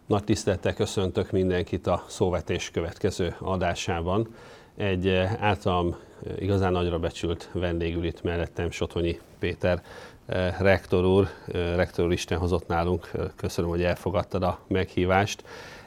Nagy tisztelettel köszöntök mindenkit a Szóvetés következő adásában. Egy általam igazán nagyra becsült vendég ül itt mellettem, Sotonyi Péter rektor úr. Rektor úr, Isten hozott nálunk, köszönöm, hogy elfogadtad a meghívást.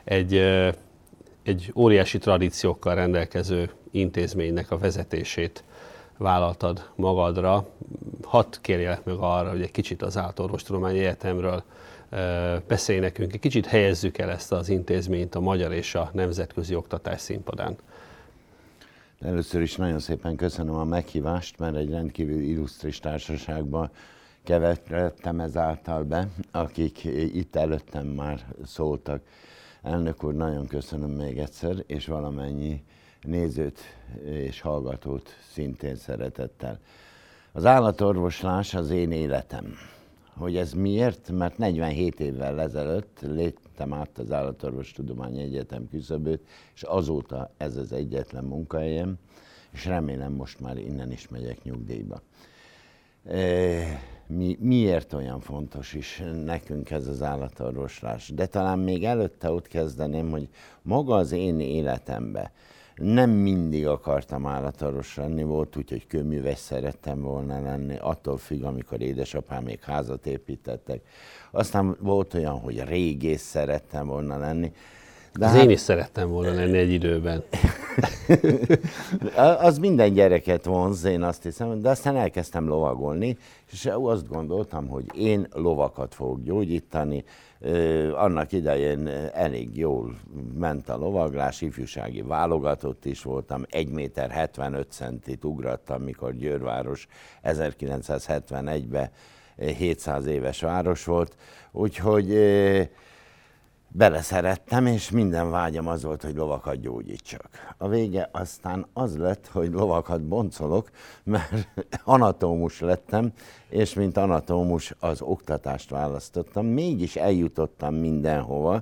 Egy óriási tradíciókkal rendelkező intézménynek a vezetését vállaltad magadra. Hadd kérjelek meg arra, hogy egy kicsit az Állatorvostudományi Egyetemről beszélj nekünk, egy kicsit helyezzük el ezt az intézményt a magyar és a nemzetközi oktatás színpadán. Először is nagyon szépen köszönöm a meghívást, mert egy rendkívül illusztris társaságban keveredtem ezáltal be, akik itt előttem már szóltak. Elnök úr, nagyon köszönöm még egyszer, és valamennyi nézőt és hallgatót szintén szeretettel. Az állatorvoslás az én életem. Hogy ez miért? Mert 47 évvel ezelőtt léptem át az Állatorvostudományi Egyetem küszöbét, és azóta ez az egyetlen munkahelyem, és remélem most már innen is megyek nyugdíjba. Miért olyan fontos is nekünk ez az állatorvoslás? De talán még előtte ott kezdeném, hogy maga az én életemben nem mindig akartam állatorvos lenni, volt úgy, hogy kőműves szerettem volna lenni, attól függ, amikor édesapám még házat építettek. Aztán volt olyan, hogy régész szerettem volna lenni. De én is szerettem volna lenni egy időben. Az minden gyereket vonz, én azt hiszem, de aztán elkezdtem lovagolni, és azt gondoltam, hogy én lovakat fogok gyógyítani. Annak idején elég jól ment a lovaglás, ifjúsági válogatott is voltam, 1,75 méter ugrattam, mikor Győrváros 1971-ben 700 éves város volt, úgyhogy beleszerettem, és minden vágyam az volt, hogy lovakat gyógyítsak. A vége aztán az lett, hogy lovakat boncolok, mert anatómus lettem, és mint anatómus az oktatást választottam. Mégis eljutottam mindenhova,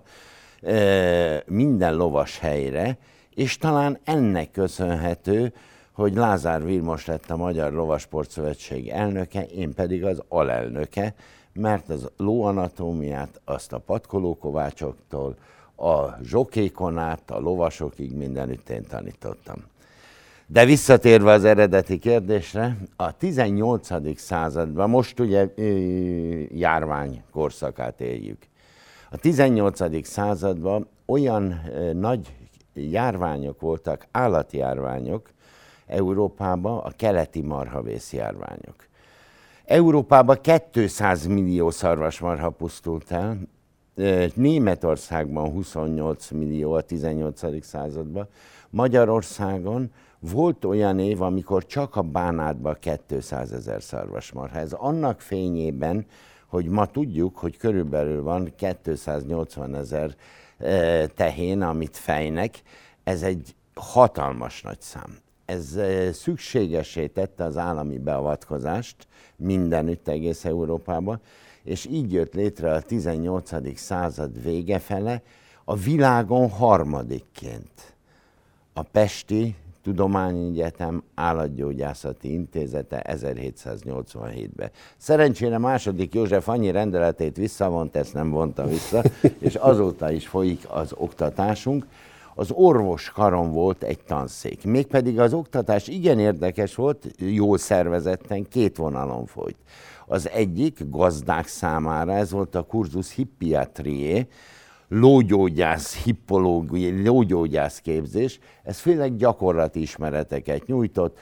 minden lovas helyre, és talán ennek köszönhető, hogy Lázár Vilmos lett a Magyar Lovasportszövetség elnöke, én pedig az alelnöke, mert az lóanatómiát azt a patkolókovácsoktól, a zsokékon át, a lovasokig mindenütt én tanítottam. De visszatérve az eredeti kérdésre, a 18. században, most ugye járvány korszakát éljük, a 18. században olyan nagy járványok voltak, állatjárványok Európában, a keleti marhavész járványok. Európában 200 millió szarvasmarha pusztult el, Németországban 28 millió a 18. században, Magyarországon volt olyan év, amikor csak a Bánátban 200 000 szarvasmarha. Ez annak fényében, hogy ma tudjuk, hogy körülbelül van 280 000 tehén, amit fejnek, ez egy hatalmas nagy szám. Ez szükségessé tette az állami beavatkozást mindenütt egész Európában, és így jött létre a 18. század vége fele a világon harmadikként a Pesti Tudományegyetem Állatgyógyászati Intézete 1787-ben. Szerencsére második József annyi rendeletét visszavont, ezt nem vonta vissza, és azóta is folyik az oktatásunk. Az orvoskaron volt egy tanszék, mégpedig az oktatás igen érdekes volt, jól szervezetten, két vonalon folyt. Az egyik gazdák számára, ez volt a kurzus hippiatrié, lógyógyász, hippológiai, lógyógyász képzés, ez főleg gyakorlati ismereteket nyújtott,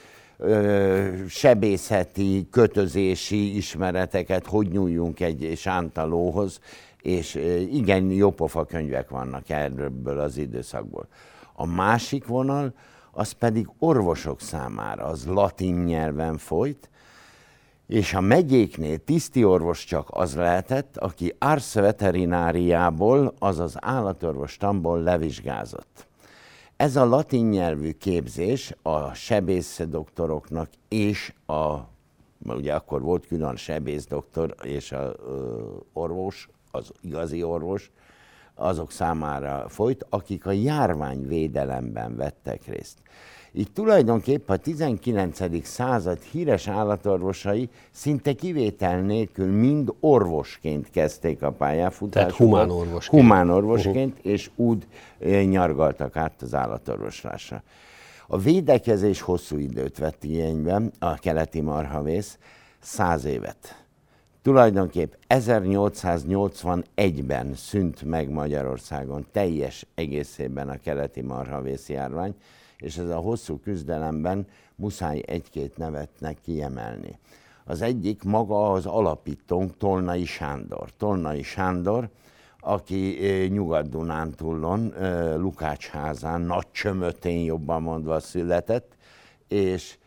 sebészeti, kötözési ismereteket, hogy nyúljunk egy sántalóhoz, és igen, jópofa könyvek vannak ebből az időszakból. A másik vonal, az pedig orvosok számára, az latin nyelven folyt, és a megyéknél tisztiorvos csak az lehetett, aki ars veterináriából, azaz állatorvostamból levizsgázott. Ez a latin nyelvű képzés a sebészdoktoroknak és ugye akkor volt külön sebészdoktor és az orvos, az igazi orvos, azok számára folyt, akik a járványvédelemben vettek részt. Így tulajdonképpen a 19. század híres állatorvosai szinte kivétel nélkül mind orvosként kezdték a pályafutásukat. Tehát humánorvosként. Humánorvosként, és úgy nyargaltak át az állatorvoslásra. A védekezés hosszú időt vett igénybe, a keleti marhavész 100 évet. Tulajdonképp 1881-ben szűnt meg Magyarországon teljes egészében a keleti marhavész járvány, és ez a hosszú küzdelemben muszáj egy-két nevetnek kiemelni. Az egyik maga az alapítónk, Tolnai Sándor. Tolnai Sándor, aki Nyugat-Dunántúlon, Lukácsházán, Nagycsömötén jobban mondva született, és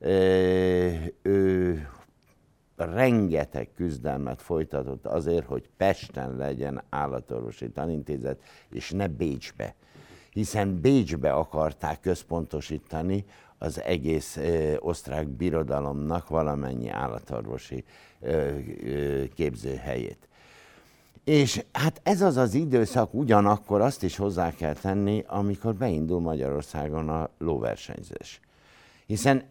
ő rengeteg küzdelmet folytatott azért, hogy Pesten legyen állatorvosi tanintézet, és ne Bécsbe. Hiszen Bécsbe akarták központosítani az egész osztrák birodalomnak valamennyi állatorvosi képzőhelyét. És hát ez az az időszak, ugyanakkor azt is hozzá kell tenni, amikor beindul Magyarországon a lóversenyzés. Hiszen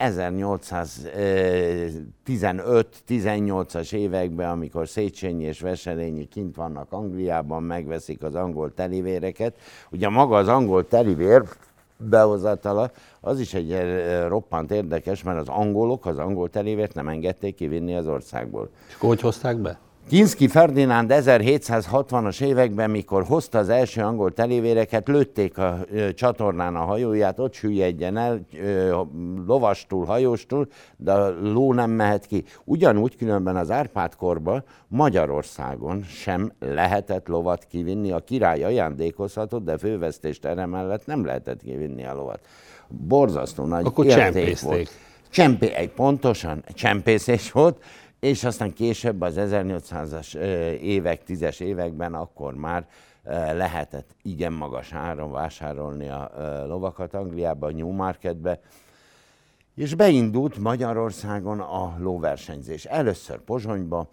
1815-18-as években, amikor Széchenyi és Wesselényi kint vannak Angliában, megveszik az angol telivéreket, ugye maga az angol telivér behozatala, az is egy roppant érdekes, mert az angolok az angol telivért nem engedték kivinni az országból. És hogy hozták be? Kinsky Ferdinánd 1760-as években, mikor hozta az első angol telivéreket, lőtték a csatornán a hajóját, ott süllyedjen el, lovastul, hajóstul, de a ló nem mehet ki. Ugyanúgy különben az Árpád-korban Magyarországon sem lehetett lovat kivinni. A király ajándékozhatott, de fővesztést erre mellett nem lehetett kivinni a lovat. Borzasztó nagy akkor érték volt. Pontosan, csempészés volt. És aztán később az 1800-as évek, 10-es években akkor már lehetett igen magas áron vásárolni a lovakat Angliában, Newmarketbe, és beindult Magyarországon a lóversenyzés. Először Pozsonyba,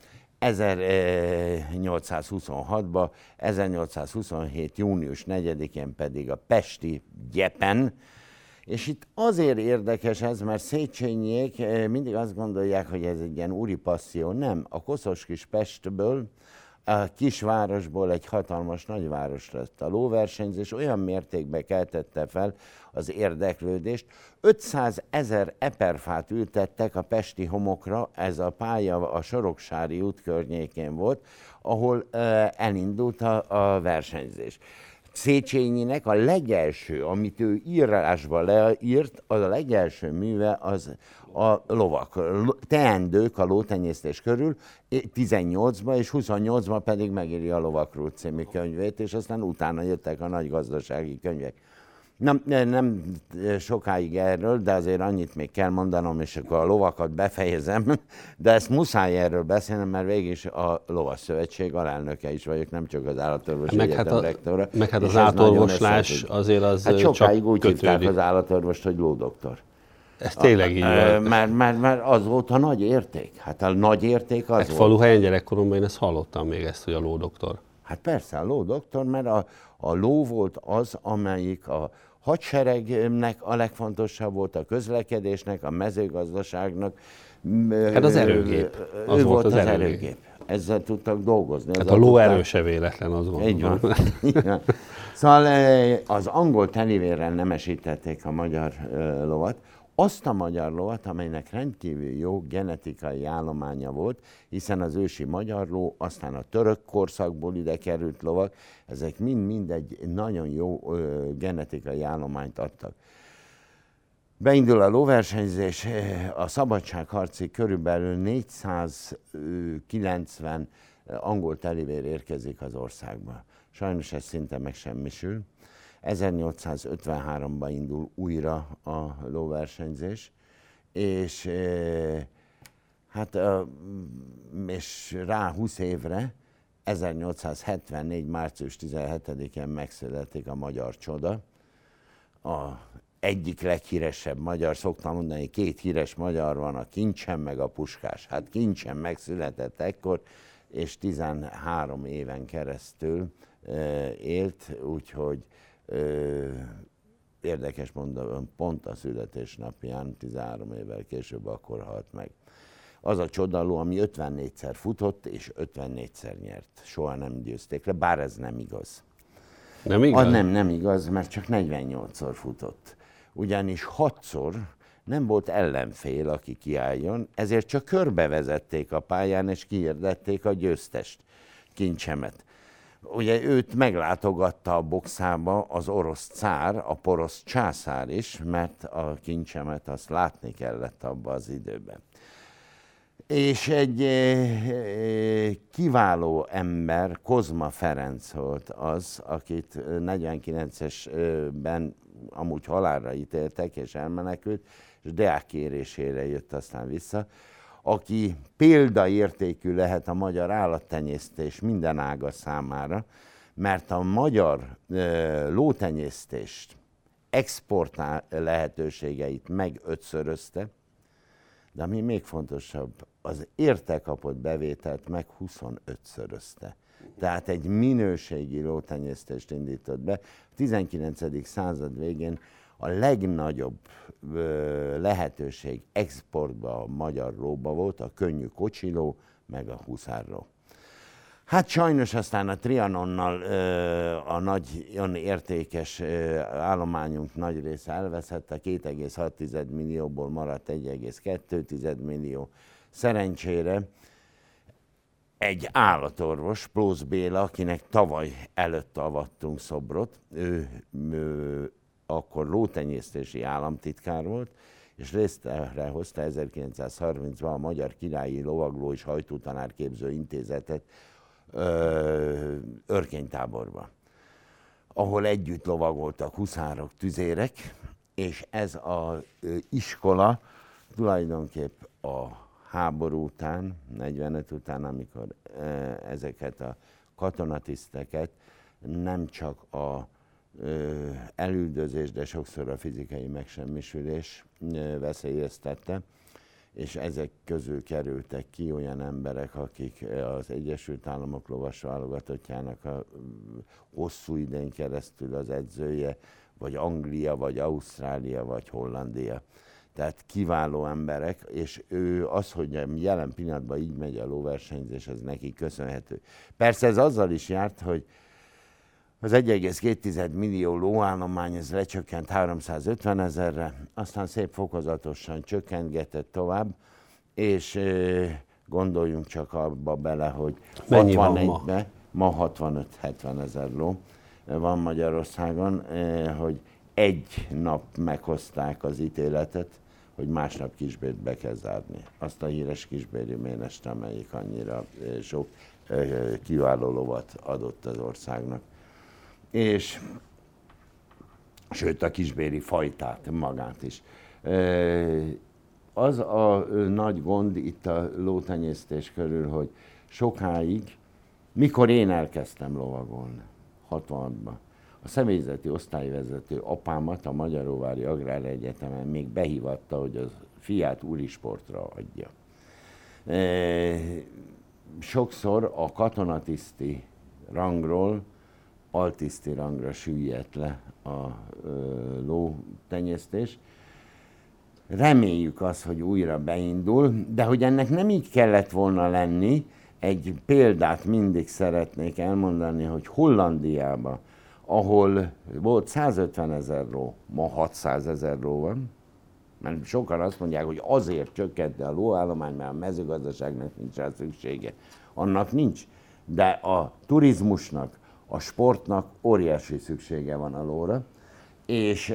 1826-ba, 1827. június 4-én pedig a pesti Gyepen. És itt azért érdekes ez, mert Széchenyiek mindig azt gondolják, hogy ez egy ilyen úri passzió. Nem, a koszos kis Pestből, a kisvárosból egy hatalmas nagyváros lett. A lóversenyzés olyan mértékben keltette fel az érdeklődést. 500 000 eperfát ültettek a pesti homokra, ez a pálya a Soroksári út környékén volt, ahol elindult a versenyzés. Széchenyinek a legelső, amit ő írásba leírt, az a legelső műve az a lovak, teendők a lótenyésztés körül, 18-ban és 28-ban pedig megírja a Lovakról című könyvét, és aztán utána jöttek a nagy gazdasági könyvek. Nem sokáig erről, de azért annyit még kell mondanom, és akkor a lovakat befejezem, de ezt muszáj erről beszélnem, mert végig is a Lovasszövetség alelnöke is vagyok, nem csak az Állatorvosi Egyetem rektora. Meg hát az állatorvoslás azért az hát sokáig csak úgy kötődik. hívták az állatorvost, hogy lódoktor. Ez tényleg így volt. Mert az volt a nagy érték. Hát a nagy érték az Egy volt. faluhelyen gyerekkoromban én ezt hallottam még ezt, hogy a lódoktor. Hát persze, a lódoktor, mert a ló volt az, amelyik a hadseregnek a legfontosabb volt, a közlekedésnek, a mezőgazdaságnak. Hát az erőgép. Ő volt az erőgép. Ezzel tudtak dolgozni. Hát a ló erő se véletlen, azt gondolom. Így van. Szóval az angol telivérrel nemesítették a magyar lovat, azt a magyar lovat, amelynek rendkívül jó genetikai állománya volt, hiszen az ősi magyar ló, aztán a török korszakból ide került lovak, ezek mind egy nagyon jó genetikai állományt adtak. Beindul a lóversenyzés, a szabadságharcig körülbelül 490 angol telivér érkezik az országba. Sajnos ez szinte megsemmisül. 1853-ban indul újra a lóversenyzés, és és rá 20 évre, 1874. március 17-én megszületik a magyar csoda. A egyik leghíresebb magyar, szoktam mondani, két híres magyar van, a Kincsen meg a Puskás. Hát Kincsen megszületett ekkor, és 13 éven keresztül élt, úgyhogy érdekes mondom, pont a születésnapján, 13 évvel később akkor halt meg. Az a csodaló, ami 54-szer futott, és 54-szer nyert. Soha nem győzték le, bár ez nem igaz. Nem igaz? Nem igaz, mert csak 48-szor futott. Ugyanis 6-szor nem volt ellenfél, aki kiálljon, ezért csak körbevezették a pályán, és kihirdették a győztest, Kincsemet. Ugye őt meglátogatta a boxába az orosz cár, a porosz császár is, mert a Kincsemet azt látni kellett abban az időben. És egy kiváló ember, Kozma Ferenc volt az, akit 49-esben amúgy halálra ítéltek, és elmenekült, és deák kérésére jött aztán vissza, aki példaértékű lehet a magyar állattenyésztés minden ága számára, mert a magyar lótenyésztést export lehetőségeit meg 5-szörözte, de ami még fontosabb, az érte kapott bevételt meg 25-szörözte. Tehát egy minőségi lótenyésztést indított be. A 19. század végén a legnagyobb lehetőség exportba a magyar lóba volt, a könnyű kocsiló, meg a huszárló. Hát sajnos aztán a Trianonnal a nagyon értékes állományunk nagy része elveszett, a 2,6 millióból maradt 1,2 millió. Szerencsére egy állatorvos, Plósz Béla, akinek tavaly előtt avattunk szobrot, ő akkor lótenyésztési államtitkár volt, és részre hozta 1930-ban a Magyar Királyi Lovagló és Hajtótanárképző Intézetet Örkénytáborba, ahol együtt lovagoltak huszárok, tüzérek, és ez az iskola tulajdonképp a háború után, 45 után, amikor ezeket a katonatiszteket nem csak a elüldözés, de sokszor a fizikai megsemmisülés veszélyeztette, és ezek közül kerültek ki olyan emberek, akik az Egyesült Államok lovas válogatottjának a hosszú idején keresztül az edzője, vagy Anglia, vagy Ausztrália, vagy Hollandia. Tehát kiváló emberek, és ő az, hogy jelen pillanatban így megy a lóversenyzés, ez neki köszönhető. Persze ez azzal is járt, hogy az 1,2 millió lóállomány, ez lecsökkent 350 000-re, aztán szép fokozatosan csökkentgetett tovább, és gondoljunk csak abba bele, hogy 61-ben ma 65-70 000 ló van Magyarországon, hogy egy nap meghozták az ítéletet, hogy másnap Kisbért be kell zárni. Azt a híres kisbéri ménest, amelyik annyira sok kiváló lovat adott az országnak. És sőt a kisbéri fajtát magát is. Az a nagy gond itt a lótenyésztés körül, hogy sokáig, mikor én elkezdtem lovagolni, 66-ban, a személyzeti osztályvezető apámat a Magyaróvári Agráregyetemen még behívatta, hogy a fiát úrisportra adja. Sokszor a katonatiszti rangról altiszti rangra süllyedt le a lótenyésztés. Reméljük azt, hogy újra beindul, de hogy ennek nem így kellett volna lenni, egy példát mindig szeretnék elmondani, hogy Hollandiában, ahol volt 150 000 ló, ma 600 000 ló van, mert sokan azt mondják, hogy azért csökkent a lóállomány, mert a mezőgazdaságnak nincs rá szüksége. Annak nincs, de a turizmusnak, a sportnak óriási szüksége van a lóra, és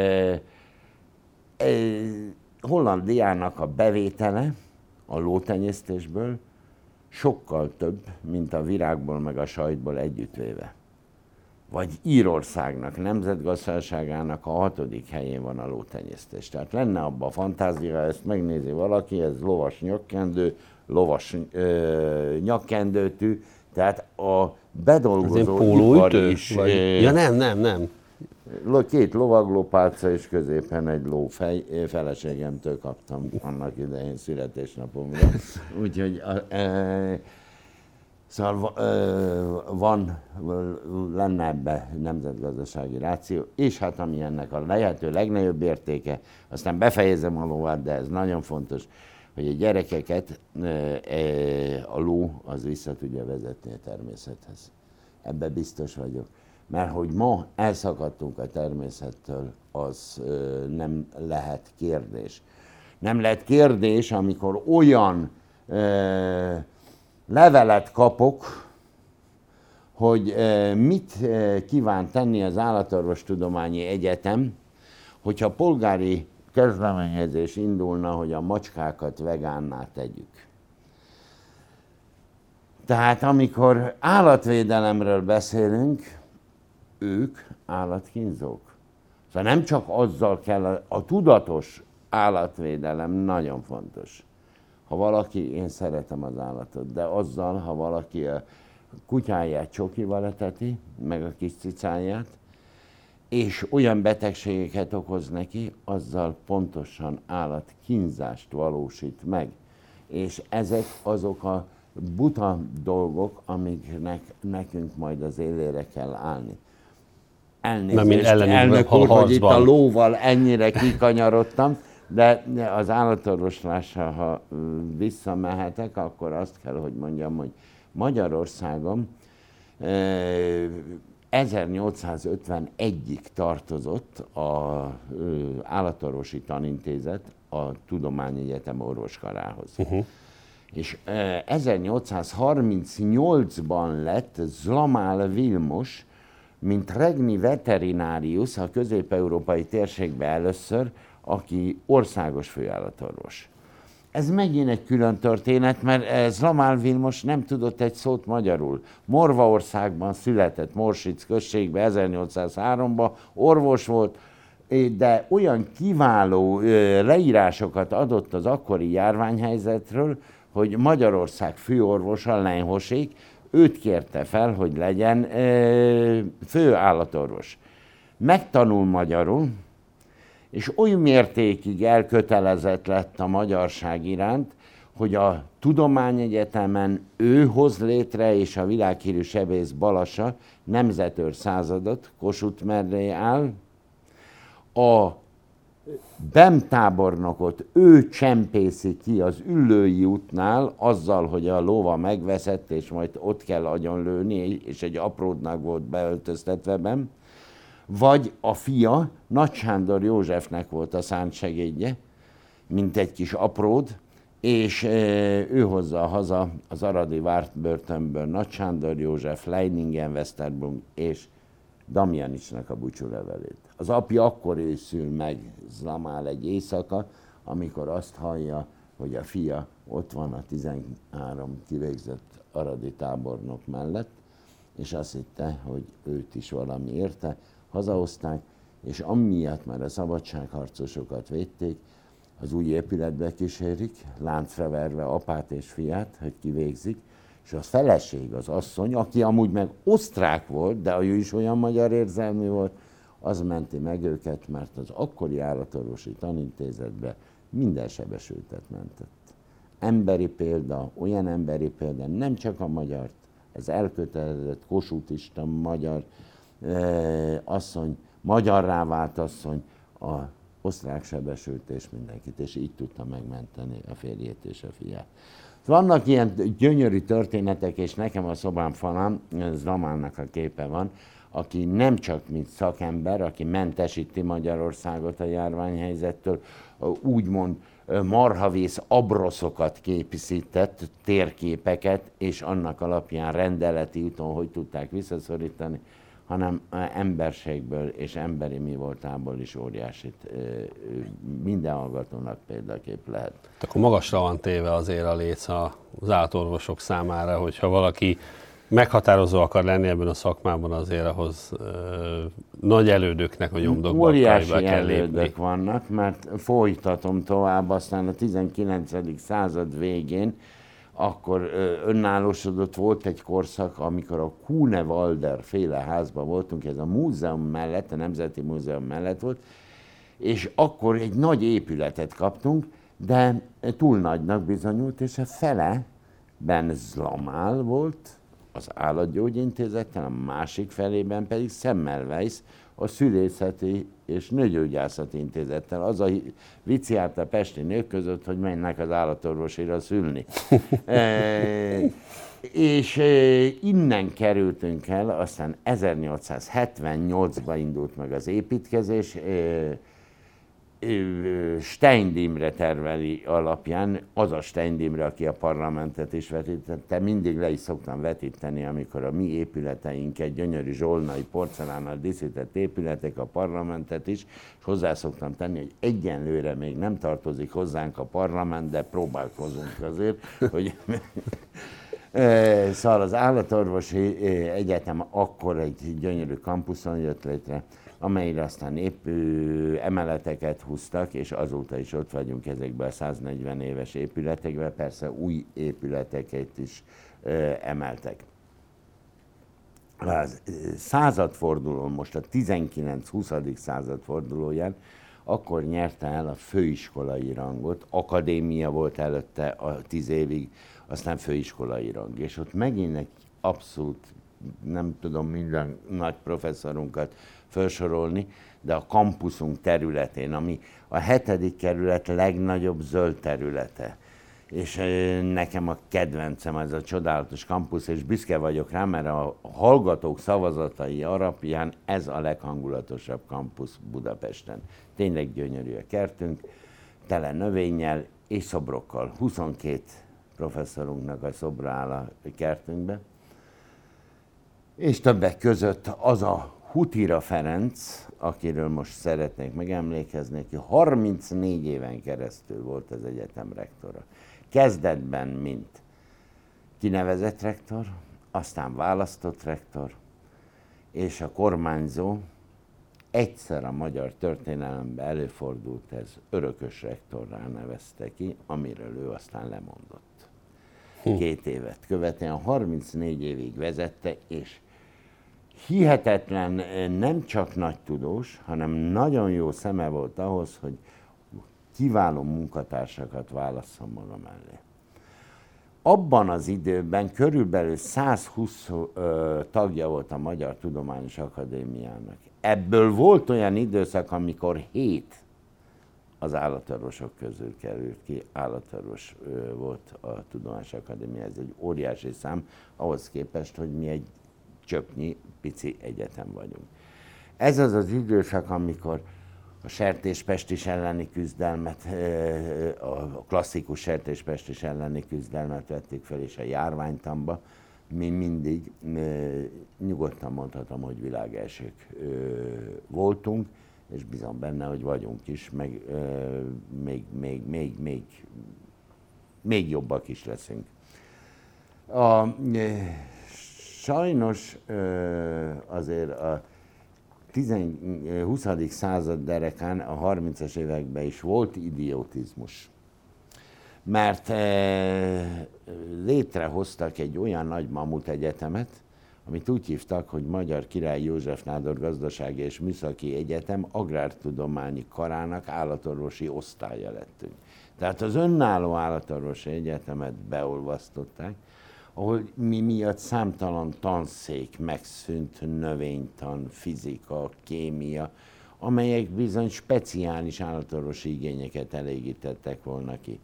Hollandiának a bevétele a lótenyésztésből sokkal több, mint a virágból meg a sajtból együttvéve. Vagy Írországnak, nemzetgazdaságának a 6. helyén van a lótenyésztés. Tehát lenne abban a fantázia, ezt megnézi valaki, ez lovas nyakkendő, lovas nyakkendőtű, tehát a bedolgozó ipar is... Vagy... Ja nem. 2 lovaglópálca és középen egy lófej, feleségemtől kaptam annak idején születésnapomra. Úgyhogy Szóval lenne ebbe nemzetgazdasági ráció, és hát ami ennek a lehető legnagyobb értéke, aztán befejezem a lovat, de ez nagyon fontos, hogy a gyerekeket a ló az vissza tudja vezetni a természethez. Ebben biztos vagyok. Mert hogy ma elszakadtunk a természettől, az nem lehet kérdés. Nem lehet kérdés, amikor olyan levelet kapok, hogy mit kíván tenni az Állatorvostudományi Egyetem, hogyha polgári kezdeményezés indulna, hogy a macskákat vegánná tegyük. Tehát amikor állatvédelemről beszélünk, ők állatkínzók. Szóval nem csak azzal kell, a tudatos állatvédelem nagyon fontos. Ha valaki, én szeretem az állatot, de azzal, ha valaki a kutyáját csokival eteti, meg a kis cicáját, és olyan betegségeket okoz neki, azzal pontosan állatkínzást valósít meg. És ezek azok a buta dolgok, amiknek nekünk majd az élére kell állni. Elnézést, elnök úr, hogy itt a lóval ennyire kikanyarodtam, de az állatorvoslásra, ha visszamehetek, akkor azt kell, hogy mondjam, hogy Magyarországon 1851-ig tartozott az Állatorvosi Tanintézet a Tudományegyetem orvoskarához. És 1838-ban lett Zlamál Vilmos, mint regni veterinárius a közép-európai térségben először, aki országos főállatorvos. Ez megint egy külön történet, mert Zlamál Vilmos nem tudott egy szót magyarul. Morvaországban született, Morsic községben 1803-ban, orvos volt, de olyan kiváló leírásokat adott az akkori járványhelyzetről, hogy Magyarország főorvosa, Leinhosék, őt kérte fel, hogy legyen főállatorvos. Megtanul magyarul, és oly mértékig elkötelezett lett a magyarság iránt, hogy a Tudományegyetemen ő hoz létre, és a világhírű sebész Balassa nemzetőr századot, Kossuth mellé áll. A BEM tábornokot ő csempészi ki az Üllői útnál azzal, hogy a lóva megveszett, és majd ott kell agyonlőni, és egy apródnak volt beöltöztetve BEM. Vagy a fia, Nagy Sándor Józsefnek volt a szántsegédje, mint egy kis apród, és ő hozza haza az aradi Vártbörtönből Nagy Sándor József, Leiningen, Westerblum és Damjanicsnak a búcsúlevelét. Az apja akkor őszül meg Zlamál egy éjszaka, amikor azt hallja, hogy a fia ott van a 13 kivégzett aradi tábornok mellett, és azt hitte, hogy őt is valami érte, hazahozták, és amiatt már a szabadságharcosokat védték, az új épületbe kísérik, láncra verve apát és fiát, hogy kivégzik, és a feleség, az asszony, aki amúgy meg osztrák volt, de ő is olyan magyar érzelmű volt, az menti meg őket, mert az akkori állatorvosi tanintézetbe minden sebesültet mentett. Emberi példa, olyan emberi példa, nem csak a magyart, ez elkötelezett kossuthista magyar asszony, magyarrá vált asszony, a osztrák sebesült és mindenkit, és így tudta megmenteni a férjét és a fiát. Vannak ilyen gyönyörű történetek, és nekem a szobám falán Zlamálnak a képe van, aki nem csak mint szakember, aki mentesíti Magyarországot a járványhelyzettől, úgymond marhavész abroszokat készített, térképeket, és annak alapján rendeleti úton hogy tudták visszaszorítani, hanem emberségből és emberi mi voltából is óriásit minden hallgatónak példakép lehet. Akkor magasra van téve azért a léc az állatorvosok számára, hogyha valaki meghatározó akar lenni ebben a szakmában, azért ahhoz nagy elődöknek a nyomdokba kell lépni. Óriási elődök vannak, mert folytatom tovább, aztán a 19. század végén akkor önállósodott, volt egy korszak, amikor a Kuhne-Walder féle házban voltunk, ez a múzeum mellett, a Nemzeti Múzeum mellett volt, és akkor egy nagy épületet kaptunk, de túl nagynak bizonyult, és a feleben Zlamál volt az Állatgyógyintézettel, a másik felében pedig Semmelweis, a Szülészeti és Nőgyógyászati Intézettel. Az a vicc járt a pesti nők között, hogy mennek az állatorvosira szülni. És innen kerültünk el, aztán 1878-ban indult meg az építkezés, Stein Imre terveli alapján, az a Stein Imre, aki a parlamentet is vetítette, mindig le is szoktam vetíteni, amikor a mi épületeinket, gyönyörű zsolnai porcelánnal díszített épületek, a parlamentet is, és hozzá szoktam tenni, hogy egyenlőre még nem tartozik hozzánk a parlament, de próbálkozunk azért, hogy... Szóval az Állatorvosi Egyetem akkor egy gyönyörű kampuszon jött létre, amelyre aztán épp emeleteket húztak, és azóta is ott vagyunk ezekben a 140 éves épületekben, persze új épületeket is emeltek. A századfordulón, most a 19-20. századfordulóján, akkor nyerte el a főiskolai rangot, akadémia volt előtte a 10 évig, aztán főiskolai rang. És ott megint egy abszolút, nem tudom minden nagy professzorunkat felsorolni, de a kampuszunk területén, ami a 7. kerület legnagyobb zöld területe. És nekem a kedvencem ez a csodálatos kampusz, és büszke vagyok rá, mert a hallgatók szavazatai alapján ez a leghangulatosabb kampusz Budapesten. Tényleg gyönyörű a kertünk, tele növényel és szobrokkal. 22 professzorunknak a szobra áll a kertünkbe. És többek között az a Hutira Ferenc, akiről most szeretnék megemlékezni, aki 34 éven keresztül volt az egyetem rektora. Kezdetben, mint kinevezett rektor, aztán választott rektor, és a kormányzó egyszer a magyar történelemben előfordult, ez örökös rektorrá nevezte ki, amiről ő aztán lemondott. 2 évet követően 34 évig vezette, és hihetetlen, nem csak nagy tudós, hanem nagyon jó szeme volt ahhoz, hogy kiváló munkatársakat válasszon maga mellé. Abban az időben körülbelül 120 tagja volt a Magyar Tudományos Akadémiának. Ebből volt olyan időszak, amikor 7 az állatorvosok közül került ki, állatorvos volt a Tudományos Akadémia, ez egy óriási szám, ahhoz képest, hogy mi egy csöpnyi, pici egyetem vagyunk. Ez az az időszak, amikor a sertéspestis elleni küzdelmet, a klasszikus sertéspestis elleni küzdelmet vettük fel, és a járványtamba mi mindig nyugodtan mondhatom, hogy világelsők voltunk, és bízom benne, hogy vagyunk is, meg még jobbak is leszünk. Sajnos azért a 20. század derekán, a 30-as években is volt idiotizmus. Mert létrehoztak egy olyan nagy mamut egyetemet, amit úgy hívtak, hogy Magyar Király József Nádor Gazdasági és Műszaki Egyetem Agrártudományi Karának állatorvosi osztálya lettünk. Tehát az önálló állatorvosi egyetemet beolvasztották, ahol mi miatt számtalan tanszék megszűnt, növénytan, fizika, kémia, amelyek bizony speciális állatorvosi igényeket elégítettek volna ki.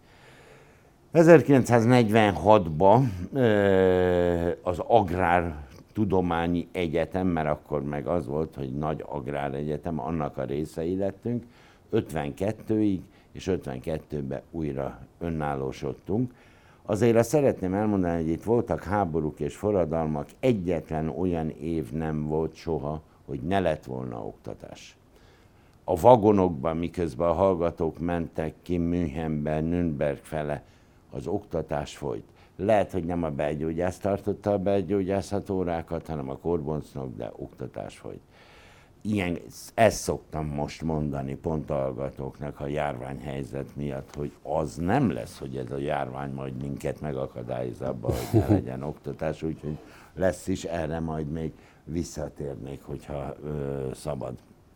1946-ban az Agrártudományi Egyetem, mert akkor meg az volt, hogy nagy agráregyetem, annak a részei lettünk, 52-ig, és 52-ben újra önállósodtunk. Azért azt szeretném elmondani, hogy itt voltak háborúk és forradalmak, egyetlen olyan év nem volt soha, hogy ne lett volna oktatás. A vagonokban, miközben a hallgatók mentek ki Münchenbe, Nürnberg fele, az oktatás folyt. Lehet, hogy nem a belgyógyász tartotta a belgyógyászat órákat, hanem a korboncnok, de oktatás folyt. Ezt szoktam most mondani pont a hallgatóknak a járványhelyzet miatt, hogy az nem lesz, hogy ez a járvány majd minket megakadályoz abban, hogy ne legyen oktatás, úgyhogy lesz is, erre majd még visszatérnék, hogyha szabad.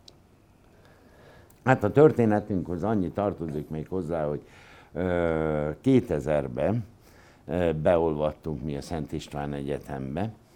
Hát a történetünkhoz annyi tartozik még hozzá, hogy 2000-ben beolvadtunk mi a Szent István Egyetembe,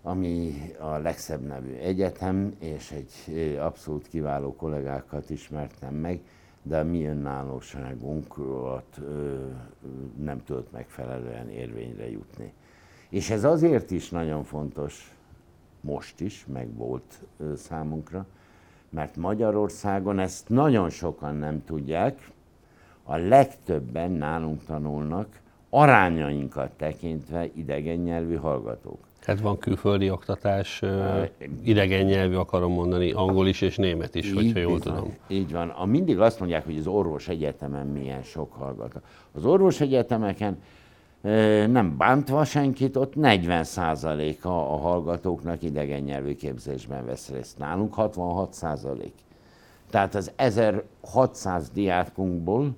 ami a legszebb nevű egyetem, és egy abszolút kiváló kollégákat ismertem meg, de a mi önállóságunkat nem tudott megfelelően érvényre jutni. És ez azért is nagyon fontos, most is, meg volt számunkra, mert Magyarországon ezt nagyon sokan nem tudják, a legtöbben nálunk tanulnak, arányainkat tekintve idegen nyelvű hallgatók. Hát van külföldi oktatás, idegen nyelvű akarom mondani, angol is és német is, hogyha jól tudom. Így van. Mindig azt mondják, hogy az orvosegyetemen milyen sok hallgató. Az orvosegyetemeken nem bántva senkit, ott 40%-a a hallgatóknak idegen nyelvű képzésben vesz részt. Nálunk 66%. Tehát az 1600 diákunkból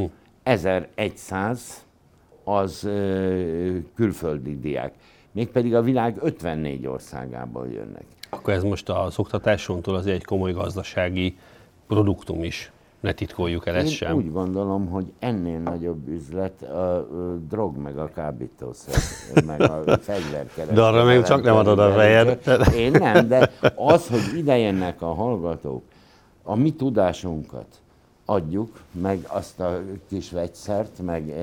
1100 az külföldi diák. Mégpedig a világ 54 országából jönnek. Akkor ez most az oktatásontól azért egy komoly gazdasági produktum is. Ne titkoljuk el ezt sem. Én úgy gondolom, hogy ennél nagyobb üzlet a drog, meg a kábítószer, meg a fegyverkereskedelem. De arra még csak nem adod a fejed. Én nem, de az, hogy ide jönnek a hallgatók, a mi tudásunkat adjuk, meg azt a kis vegyszert, meg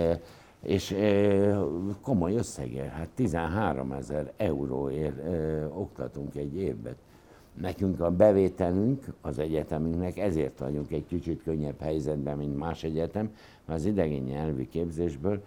és komoly összegért, hát 13 000 euróért oktatunk egy évben. Nekünk a bevételünk az egyetemünknek, ezért vagyunk egy kicsit könnyebb helyzetben, mint más egyetem, mert az idegen nyelvű képzésből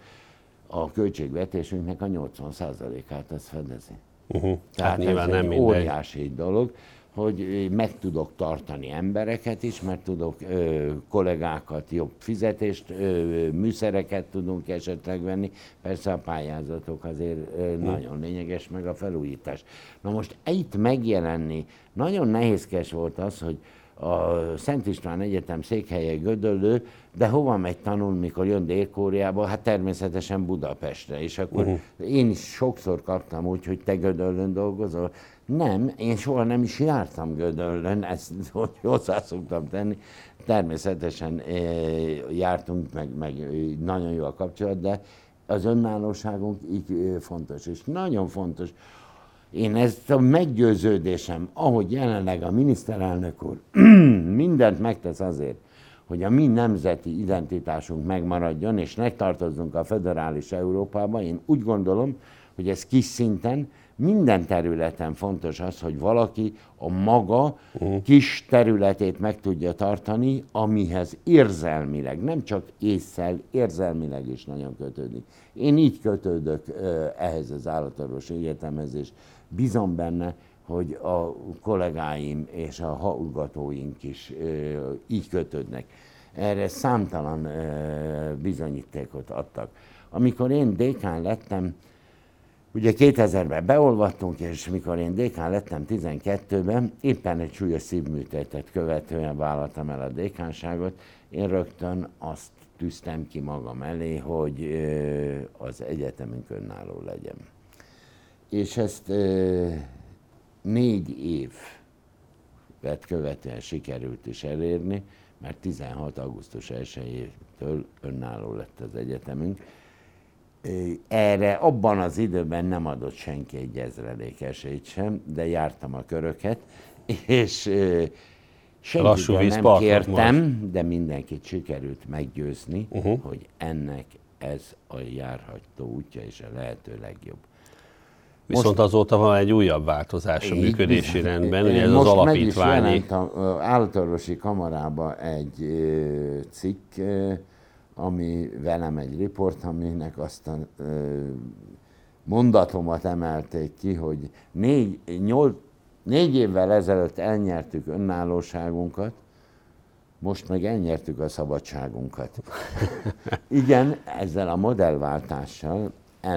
a költségvetésünknek a 80%-át az fedezi. Tehát hát nyilván ez nem egy mindegy. óriási dolog, hogy meg tudok tartani embereket is, mert tudok kollégákat, jobb fizetést, műszereket tudunk esetleg venni. Persze a pályázatok azért nagyon lényeges, meg a felújítás. Na most itt megjelenni, nagyon nehézkes volt az, hogy a Szent István Egyetem székhelye Gödöllő, de hova megy tanulni, mikor jön Dél-Koreába? Hát természetesen Budapestre. És akkor én is sokszor kaptam úgy, hogy te Gödöllőn dolgozol. Nem, én soha nem is jártam Gödöllőn, ezt hozzá szoktam tenni. Természetesen jártunk, meg nagyon jó a kapcsolat, de az önállóságunk így fontos, és nagyon fontos. Én ezt a meggyőződésem, ahogy jelenleg a miniszterelnök úr mindent megtesz azért, hogy a mi nemzeti identitásunk megmaradjon, és ne tartozzunk a föderális Európába, én úgy gondolom, hogy ez kis szinten, minden területen fontos az, hogy valaki a maga kis területét meg tudja tartani, amihez érzelmileg, nem csak ésszel, érzelmileg is nagyon kötődik. Én így kötődök ehhez az állatorvosi egyetemhez, és bízom benne, hogy a kollégáim és a hallgatóink is így kötődnek. Erre számtalan bizonyítékot adtak. Amikor én dékán lettem, ugye 2000-ben beolvattunk, és mikor én dékán lettem 12-ben, éppen egy súlyos szívműtétet követően vállaltam el a dékánságot, én rögtön azt tűztem ki magam elé, hogy az egyetemünk önálló legyen. És ezt 4 évet követően sikerült is elérni, mert 16. augusztus 1-től önálló lett az egyetemünk. Erre abban az időben nem adott senki egy ezrelék esélyt sem, de jártam a köröket, és senkitől nem kértem, most. De mindenkit sikerült meggyőzni, hogy ennek ez a járható útja és a lehető legjobb. Viszont azóta van egy újabb változás a működési rendben, ugye ez az alapítványi. Most meg is jelent az állatorvosi kamarában egy cikk, ami velem egy riport, aminek azt a mondatomat emelték ki, hogy 4 évvel ezelőtt elnyertük önállóságunkat, most meg elnyertük a szabadságunkat. Igen, ezzel a modellváltással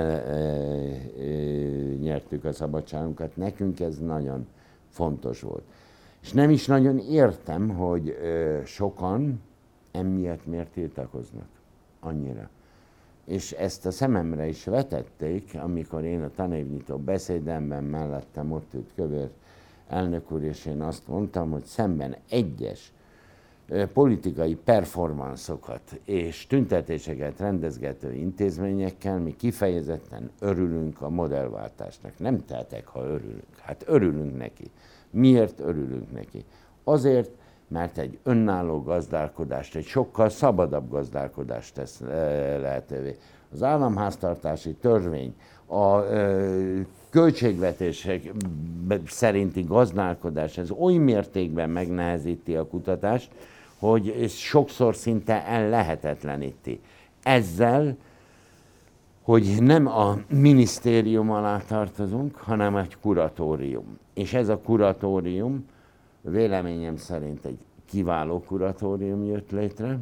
elnyertük a szabadságunkat. Nekünk ez nagyon fontos volt. És nem is nagyon értem, hogy sokan emiatt miért tiltakoznak annyira. És ezt a szememre is vetették, amikor én a tanévnyitó beszédemben mellettem ott ült Kövér elnök úr, és én azt mondtam, hogy szemben egyes politikai performanszokat és tüntetéseket rendezgető intézményekkel mi kifejezetten örülünk a modellváltásnak. Nem tehetek, ha örülünk. Hát örülünk neki. Miért örülünk neki? Azért, mert egy önálló gazdálkodást, egy sokkal szabadabb gazdálkodást tesz lehetővé. Az államháztartási törvény, a költségvetések szerinti gazdálkodás, ez oly mértékben megnehezíti a kutatást, hogy ez sokszor szinte ellehetetleníti. Ezzel, hogy nem a minisztérium alá tartozunk, hanem egy kuratórium. És ez a kuratórium véleményem szerint egy kiváló kuratórium jött létre.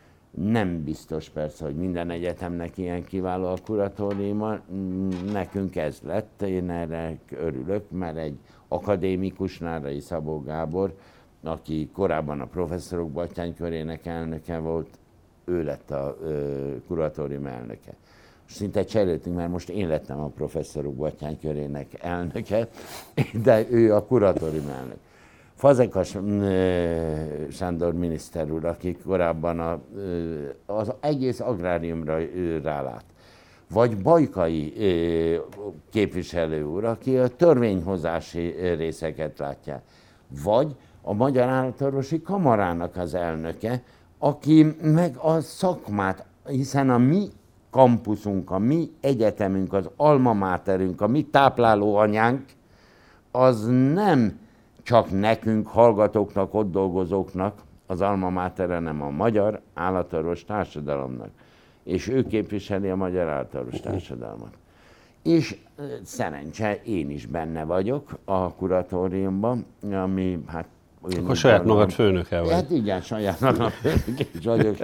Nem biztos persze, hogy minden egyetemnek ilyen kiváló a kuratóriuma. Nekünk ez lett, én erre örülök, mert egy akadémikus, Nárai Szabó Gábor, aki korábban a professzorok Battyánykörének elnöke volt, ő lett a kuratórium elnöke. Szinte cseréltünk, mert most én lettem a professzorok Battyánykörének elnöke, de ő a kuratórium elnök. Fazekas Sándor miniszter úr, aki korábban az egész agráriumra rálát. Vagy Bajkai képviselő úr, aki a törvényhozási részeket látja. Vagy a Magyar Állatorvosi Kamarának az elnöke, aki meg a szakmát, hiszen a mi kampuszunk, a mi egyetemünk, az alma materünk, a mi tápláló anyánk, az nem csak nekünk, hallgatóknak, ott dolgozóknak az alma matere, nem a Magyar Állatorvos Társadalomnak. És ő képviseli a Magyar Állatorvos Társadalmat. És szerencse, én is benne vagyok a kuratóriumban, ami hát... Akkor saját magad főnöke vagy. Hát igen, saját magam főnöke is vagyok.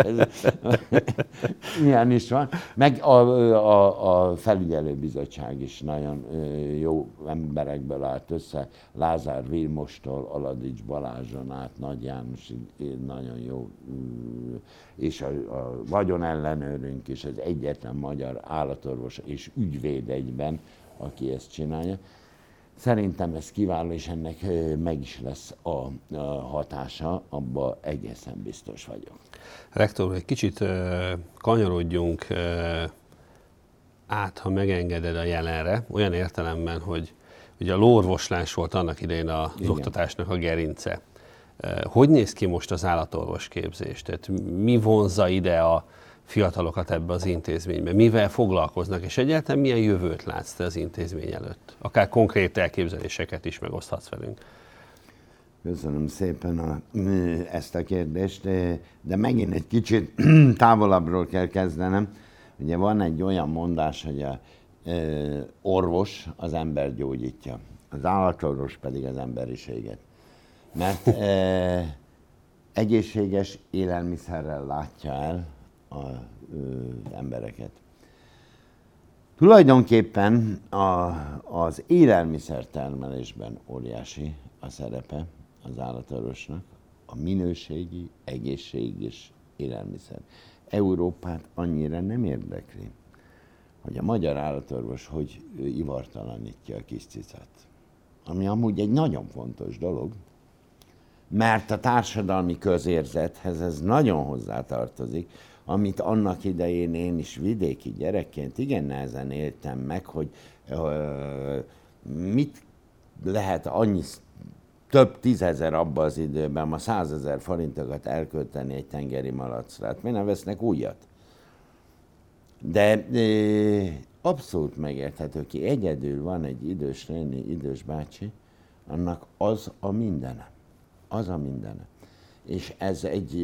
Ilyen is van. Meg a felügyelőbizottság is nagyon jó emberekből állt össze. Lázár Vilmostól, Aladics Balázson át, Nagy János nagyon jó. És a vagyonellenőrünk is az egyetlen magyar állatorvos és ügyvéd egyben, aki ezt csinálja. Szerintem ez kiváló, és ennek meg is lesz a hatása, abban egészen biztos vagyok. Rektor úr, egy kicsit kanyarodjunk át, ha megengeded a jelenre, olyan értelemben, hogy ugye a lóorvoslás volt annak idején az Igen. oktatásnak a gerince. Hogy néz ki most az állatorvos képzés? Tehát mi vonzza ide a fiatalokat ebbe az intézménybe? Mivel foglalkoznak, és egyáltalán milyen jövőt látsz te az intézmény előtt? Akár konkrét elképzeléseket is megoszthatsz velünk. Köszönöm szépen ezt a kérdést, de megint egy kicsit távolabbról kell kezdenem. Ugye van egy olyan mondás, hogy az orvos az ember gyógyítja, az állatorvos pedig az emberiséget. Mert egészséges élelmiszerrel látja el az embereket. Tulajdonképpen az élelmiszertermelésben óriási a szerepe az állatorvosnak, a minőségi, egészséges élelmiszer. Európát annyira nem érdekli, hogy a magyar állatorvos hogy ivartalanítja a kis cicát. Ami amúgy egy nagyon fontos dolog, mert a társadalmi közérzethez ez nagyon hozzátartozik, amit annak idején én is vidéki gyerekként igen nehezen éltem meg, hogy mit lehet annyi több tízezer abban az időben, ma 100 000 forintokat elkölteni egy tengeri malacra. Hát miért nem vesznek újat? De abszolút megérthető, ki egyedül van egy idős néni, idős bácsi, annak az a mindene. Az a mindene. És ez egy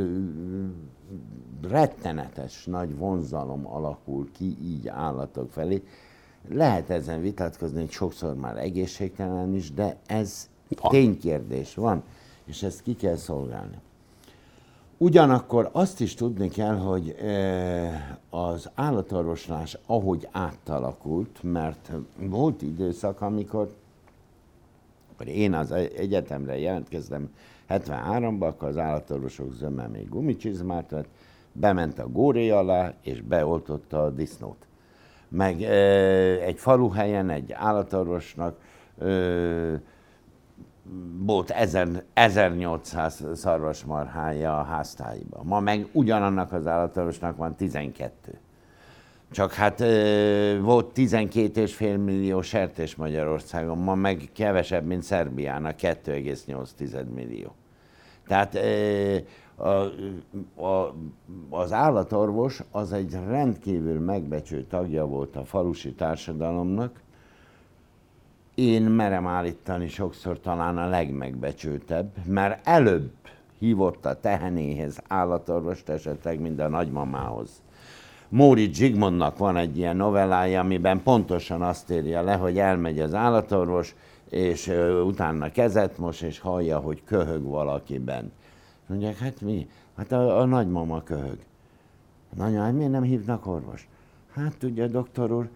rettenetes nagy vonzalom alakul ki így állatok felé. Lehet ezen vitatkozni, hogy sokszor már egészségtelen is, de ez ténykérdés van, és ezt ki kell szolgálni. Ugyanakkor azt is tudni kell, hogy az állatorvoslás ahogy átalakult, mert volt időszak, amikor én az egyetemre jelentkeztem 73-ban, akkor az állatorvosok zöme még gumicsizmát vett, bement a góré alá, és beoltotta a disznót. Meg egy faluhelyen egy állatorvosnak volt 1800 szarvasmarhája a háztáiban. Ma meg ugyanannak az állatorvosnak van 12. Csak hát volt 12,5 millió sertés Magyarországon, ma meg kevesebb, mint Szerbiának, 2,8 millió. Tehát az állatorvos az egy rendkívül megbecsült tagja volt a falusi társadalomnak. Én merem állítani sokszor talán a legmegbecsültebb, mert előbb hívott a tehenéhez állatorvost esetleg, mint a nagymamához. Móricz Zsigmondnak van egy ilyen novellája, amiben pontosan azt írja le, hogy elmegy az állatorvos, és utána kezet mos, és hallja, hogy köhög valakiben. Mondják, hát mi? Hát a nagymama köhög. Anya, hát miért nem hívnak orvos? Hát tudja, doktor úr,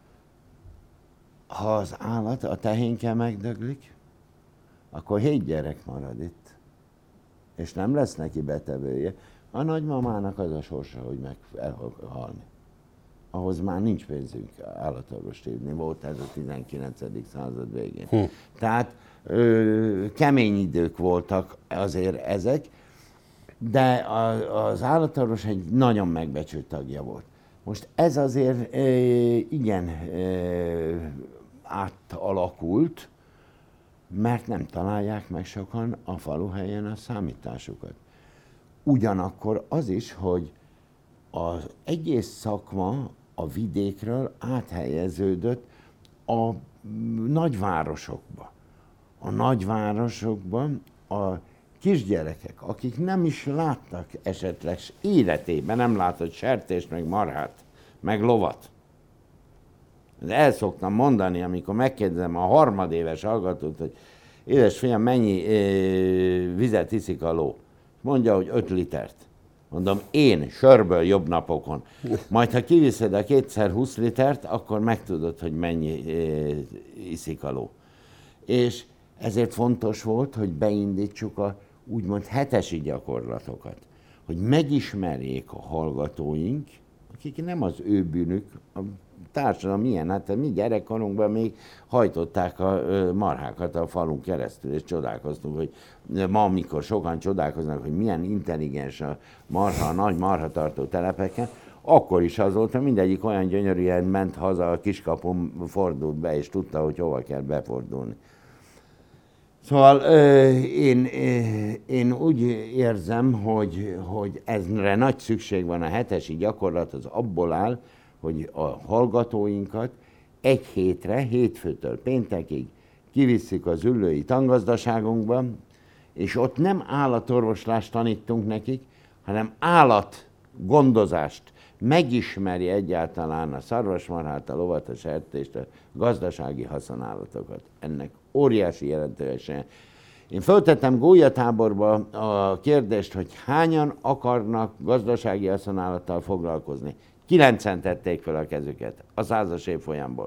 ha az állat, a tehénke megdöglik, akkor 7 gyerek marad itt, és nem lesz neki betevője. A nagymamának az a sorsa, hogy meg halni. Ahhoz már nincs pénzünk állatorvost hívni, volt ez a 19. század végén. Tehát kemény idők voltak azért ezek, de az állatorvos egy nagyon megbecsült tagja volt. Most ez azért igen átalakult, mert nem találják meg sokan a faluhelyen a számításukat. Ugyanakkor az is, hogy az egész szakma a vidékről áthelyeződött a nagyvárosokba. A nagyvárosokban a kisgyerekek, akik nem is láttak esetleg életében, nem látott sertést, meg marhát, meg lovat. El szoktam mondani, amikor megkérdezem a harmadéves hallgatót, hogy édesfiam, mennyi vizet iszik a ló? Mondja, hogy 5 litert. Mondom, én sörből jobb napokon. Majd, ha kiviszed a 2x20 litert, akkor megtudod, hogy mennyi iszik a ló. És ezért fontos volt, hogy beindítsuk a úgymond hetesi gyakorlatokat. Hogy megismerjék a hallgatóink, akik nem az ő bűnük, a társadalom ilyen, hát mi gyerekkorunkban még hajtották a marhákat a falun keresztül, és csodálkoztunk, hogy ma, amikor sokan csodálkoznak, hogy milyen intelligens a marha, a nagy marhatartó telepeken, akkor is az volt, hogy mindegyik olyan gyönyörűen ment haza, a kiskapun fordult be, és tudta, hogy hova kell befordulni. Szóval én úgy érzem, hogy ezre nagy szükség van. A hetesi gyakorlat az abból áll, hogy a hallgatóinkat egy hétre, hétfőtől péntekig kivisszük az Üllői Tangazdaságunkba, és ott nem állatorvoslást tanítunk nekik, hanem állatgondozást, megismeri egyáltalán a szarvasmarhát, a lovat, a sertést, a gazdasági haszonállatokat. Ennek óriási jelentősége. Én föltettem gólyatáborba a kérdést, hogy hányan akarnak gazdasági haszonállattal foglalkozni. 9-en tették fel a kezüket a 100-as évfolyamból.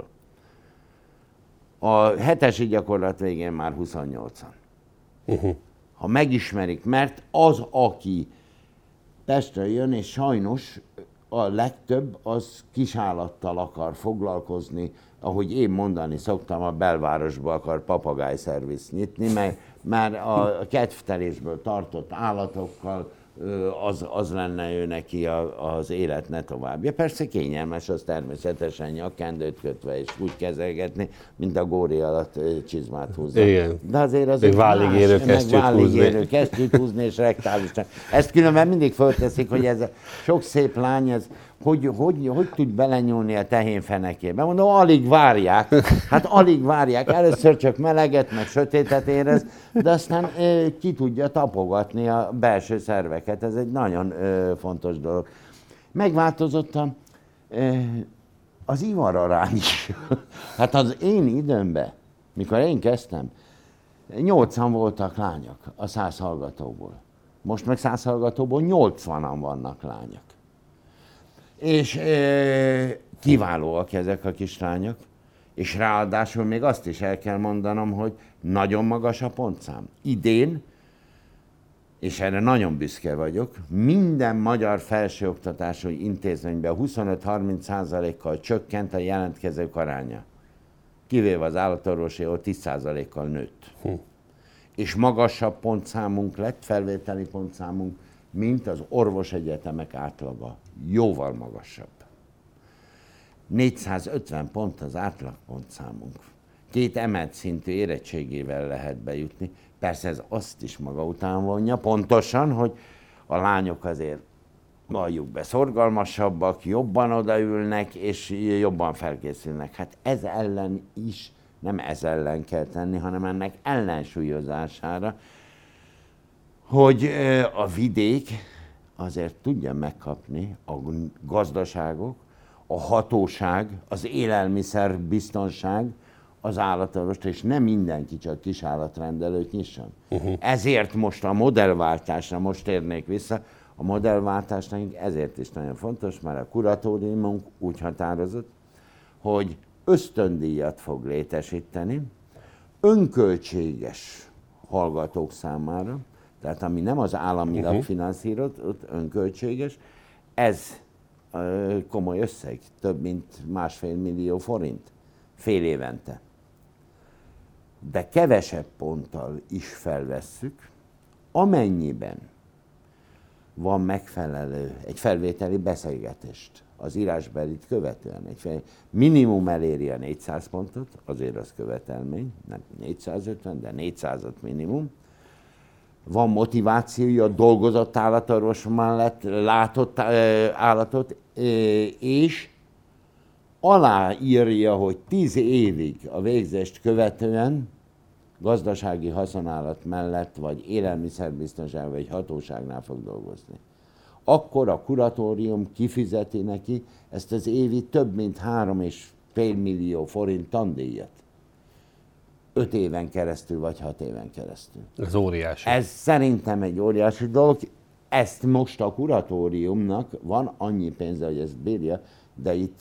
A hetesi gyakorlat végén már 28-an. Ha megismerik, mert az, aki Pestre jön, és sajnos a legtöbb az kisállattal akar foglalkozni, ahogy én mondani szoktam, a belvárosba akar papagájszervizt nyitni, mert már a kedvtelésből tartott állatokkal az lenne ő neki az élet ne továbbja. Persze kényelmes az természetesen nyakkendőt kötve és úgy kezelgetni, mint a góri alatt csizmát húzza. Igen. De azért az meg váligérő kesztyűt húzni és rektális. Ezt különben mindig fölteszik, hogy ez a sok szép lány, ez hogy tud belenyúlni a tehén fenekébe? Mondom, alig várják. Hát alig várják. Először csak meleget, meg sötétet érez, de aztán ki tudja tapogatni a belső szerveket. Ez egy nagyon fontos dolog. Megváltozott az ivararány is. Hát az én időmben, mikor én kezdtem, 80 voltak lányok a 100 hallgatóból. Most meg 100 hallgatóból 80-an vannak lányok. És kiválóak ezek a kislányok, és ráadásul még azt is el kell mondanom, hogy nagyon magas a pontszám. Idén, és erre nagyon büszke vagyok, minden magyar felsőoktatású intézményben 25-30%-kal csökkent a jelentkezők aránya. Kivéve az állatorvosi, ahol 10%-kal nőtt. és magasabb pontszámunk lett, felvételi pontszámunk, mint az orvosegyetemek átlaga. Jóval magasabb. 450 pont az átlagpontszámunk. 2 emelt szintű érettségével lehet bejutni. Persze ez azt is maga után vonja, pontosan, hogy a lányok azért, valljuk be, szorgalmasabbak, jobban odaülnek, és jobban felkészülnek. Hát ez ellen is, nem ez ellen kell tenni, hanem ennek ellensúlyozására, hogy a vidék azért tudja megkapni a gazdaságok, a hatóság, az élelmiszerbiztonság, az állatorvost, és nem mindenki csak kisállatrendelőt nyisson. Ezért most a modellváltásra, most térnék vissza, a modellváltásnak ezért is nagyon fontos, mert a kuratóriumunk úgy határozott, hogy ösztöndíjat fog létesíteni, önköltséges hallgatók számára, tehát ami nem az államilag finanszírozott, önköltséges, ez komoly összeg, több mint 1,5 millió forint fél évente. De kevesebb ponttal is felvesszük, amennyiben van megfelelő egy felvételi beszélgetést az írásbelit követően. Minimum eléri a 400 pontot, azért az követelmény, nem 450, de 400-at minimum. Van motivációja, dolgozott állatorvos mellett, látott állatot, és aláírja, hogy 10 évig a végzést követően gazdasági haszonállat mellett, vagy élelmiszerbiztonság, vagy hatóságnál fog dolgozni. Akkor a kuratórium kifizeti neki ezt az évi több mint 3,5 millió forint tandíjat. 5 éven keresztül, vagy 6 éven keresztül. Ez óriási. Ez szerintem egy óriási dolog. Ezt most a kuratóriumnak van annyi pénze, hogy ezt bírja, de itt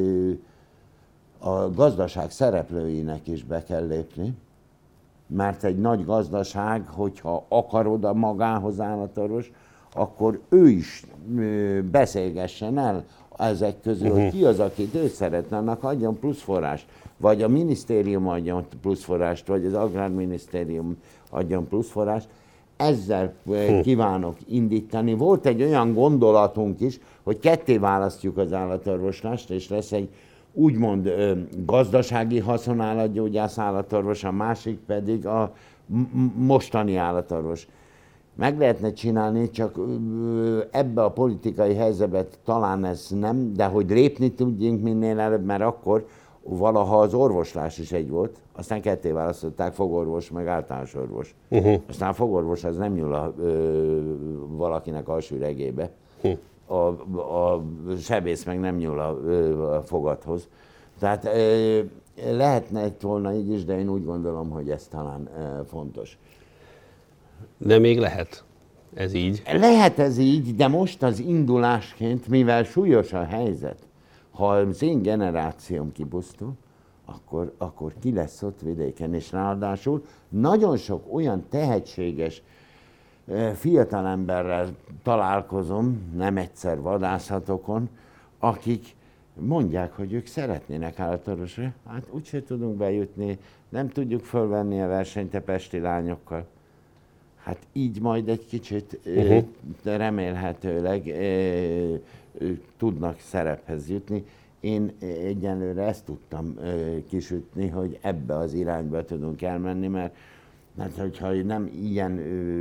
a gazdaság szereplőinek is be kell lépni, mert egy nagy gazdaság, hogyha akar oda magához állatorvos, akkor ő is beszélgessen el ezek közül, hogy ki az, akit ő szeretne, annak adjon plusz forrást, vagy a minisztérium adjon plusz forrást, vagy az agrárminisztérium adjon plusz forrást. Ezzel kívánok indítani. Volt egy olyan gondolatunk is, hogy ketté választjuk az állatorvoslást, és lesz egy úgymond gazdasági haszonállatgyógyász állatorvos, a másik pedig a mostani állatorvos. Meg lehetne csinálni, csak ebbe a politikai helyzetbe talán ez nem, de hogy lépni tudjunk minél előbb, mert akkor valaha az orvoslás is egy volt, aztán ketté választották, fogorvos meg általános orvos. Aztán a fogorvos az nem nyúl valakinek alsó regébe, a sebész meg nem nyúl a fogathoz. Tehát lehetne volna így is, de én úgy gondolom, hogy ez talán fontos. De még lehet ez így? Lehet ez így, de most az indulásként, mivel súlyos a helyzet, ha az én generációm kipusztul, akkor ki lesz ott vidéken, és ráadásul nagyon sok olyan tehetséges fiatalemberrel találkozom, nem egyszer vadászatokon, akik mondják, hogy ők szeretnének állatorvosra, hát úgyse tudunk bejutni, nem tudjuk fölvenni a versenyt a pesti lányokkal. Hát így majd egy kicsit remélhetőleg tudnak szerephez jutni. Én egyenlőre ezt tudtam kisütni, hogy ebbe az irányba tudunk elmenni, mert hogyha nem ilyen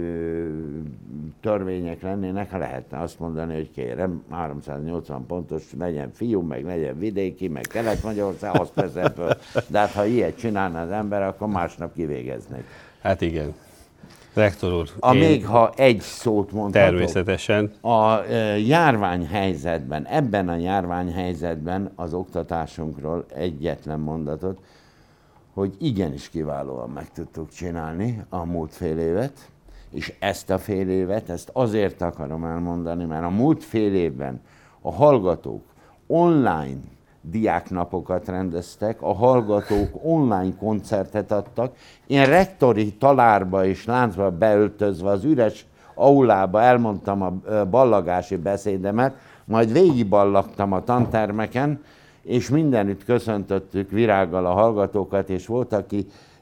törvények lennének, ha lehetne azt mondani, hogy kérem, 380 pontos legyen fiú, meg legyen vidéki, meg Kelet-Magyarország, azt persze föl. De hát, ha ilyet csinálna az ember, akkor másnap kivégeznék. Hát igen. Rektor úr, még ha egy szót mondhatok. Természetesen. A járványhelyzetben, ebben a járványhelyzetben az oktatásunkról egyetlen mondatot, hogy igenis kiválóan meg tudtuk csinálni a múlt fél évet, és ezt a fél évet, ezt azért akarom elmondani, mert a múlt fél évben a hallgatók online diáknapokat rendeztek, a hallgatók online koncertet adtak. Én rektori talárba és láncba beöltözve az üres aulába elmondtam a ballagási beszédemet, majd végigballagtam a tantermeken, és mindenütt köszöntöttük virággal a hallgatókat, és volt, aki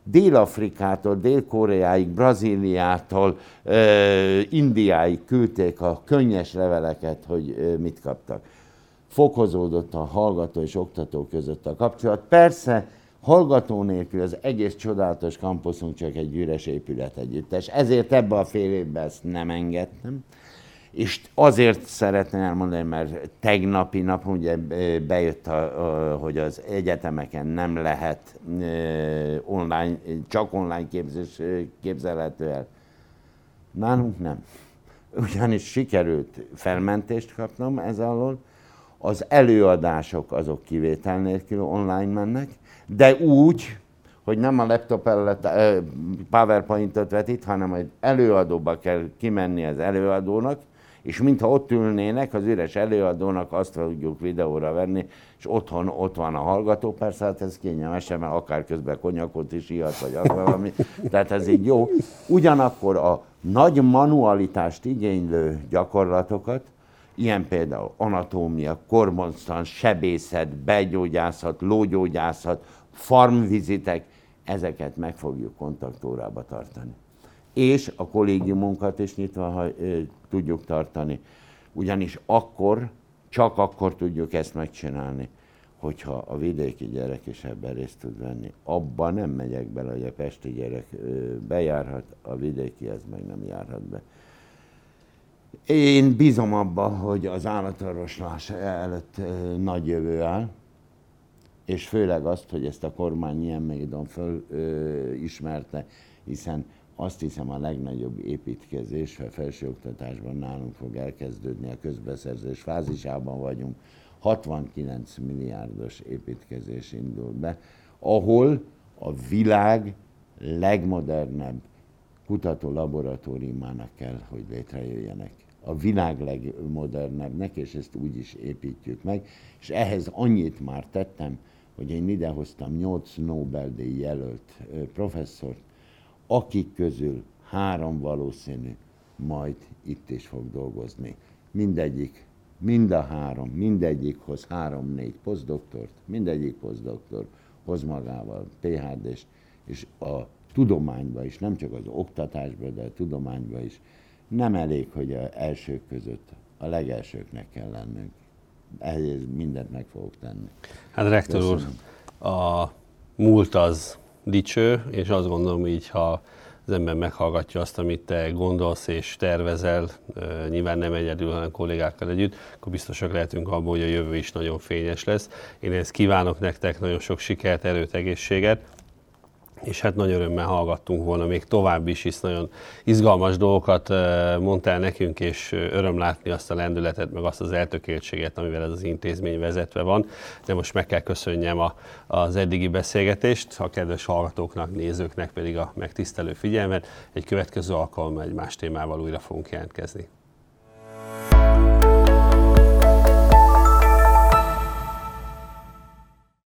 Dél-Afrikától, Dél-Koreáig, Brazíliától, Indiáig küldték a könnyes leveleket, hogy mit kaptak. Fokozódott a hallgató és oktató között a kapcsolat. Persze, hallgató nélkül az egész csodálatos kampuszunk csak egy üres épület együttes. Ezért ebbe a fél évben ezt nem engedtem. És azért szeretném elmondani, mert tegnapi nap ugye bejött, hogy az egyetemeken nem lehet online, csak online képzés képzelhető el. Nálunk nem. Ugyanis sikerült felmentést kapnom ez alól, az előadások azok kivétel nélkül online mennek, de úgy, hogy nem a laptop előtt PowerPointot vetít, hanem egy előadóba kell kimenni az előadónak, és mintha ott ülnének, az üres előadónak azt fogjuk videóra venni, és otthon ott van a hallgató, persze hát ez kényelmesen, mert akár közben konyakot is ihat, vagy az valami, tehát ez így jó. Ugyanakkor a nagy manualitást igénylő gyakorlatokat, ilyen például anatómia, kormonsztan, sebészet, belgyógyászat, lógyógyászat, farmvizitek, ezeket meg fogjuk kontaktórába tartani. És a kollégiumunkat is nyitva tudjuk tartani, ugyanis akkor, csak akkor tudjuk ezt megcsinálni, hogyha a vidéki gyerek is ebben részt tud venni. Abba nem megyek bele, hogy a pesti gyerek bejárhat, a vidéki ez meg nem járhat be. Én bízom abba, hogy az állatorvoslás előtt nagy jövő áll, és főleg azt, hogy ezt a kormány ilyen módon fölismerte, hiszen azt hiszem a legnagyobb építkezés a felsőoktatásban nálunk fog elkezdődni, a közbeszerzés fázisában vagyunk, 69 milliárdos építkezés indul be, ahol a világ legmodernebb kutató laboratóriumának kell, hogy létrejöjjenek. A világ legmodernebbnek, és ezt úgy is építjük meg, és ehhez annyit már tettem, hogy én idehoztam 8 Nobel-díj jelölt professzort, akik közül 3 valószínű majd itt is fog dolgozni. Mind a 3, mindegyik hoz 3-4 posztdoktort, mindegyik posztdoktor hoz magával PhD-st, és a tudományban is, nem csak az oktatásban, de a tudományban is nem elég, hogy az elsők között a legelsőknek kell lennünk. Ehhez mindent meg fogok tenni. Hát rektor úr, a múlt az dicső, és azt gondolom így, ha az ember meghallgatja azt, amit te gondolsz és tervezel, nyilván nem egyedül, hanem kollégákkal együtt, akkor biztosak lehetünk abban, hogy a jövő is nagyon fényes lesz. Én ezt kívánok nektek, nagyon sok sikert, erőt, egészséget, és hát nagy örömmel hallgattunk volna még tovább is, hisz nagyon izgalmas dolgokat mondtál nekünk, és öröm látni azt a lendületet, meg azt az eltökéltséget, amivel ez az intézmény vezetve van. De most meg kell köszönjem az eddigi beszélgetést, a kedves hallgatóknak, nézőknek pedig a megtisztelő figyelmet. Egy következő alkalommal egy más témával újra fogunk jelentkezni.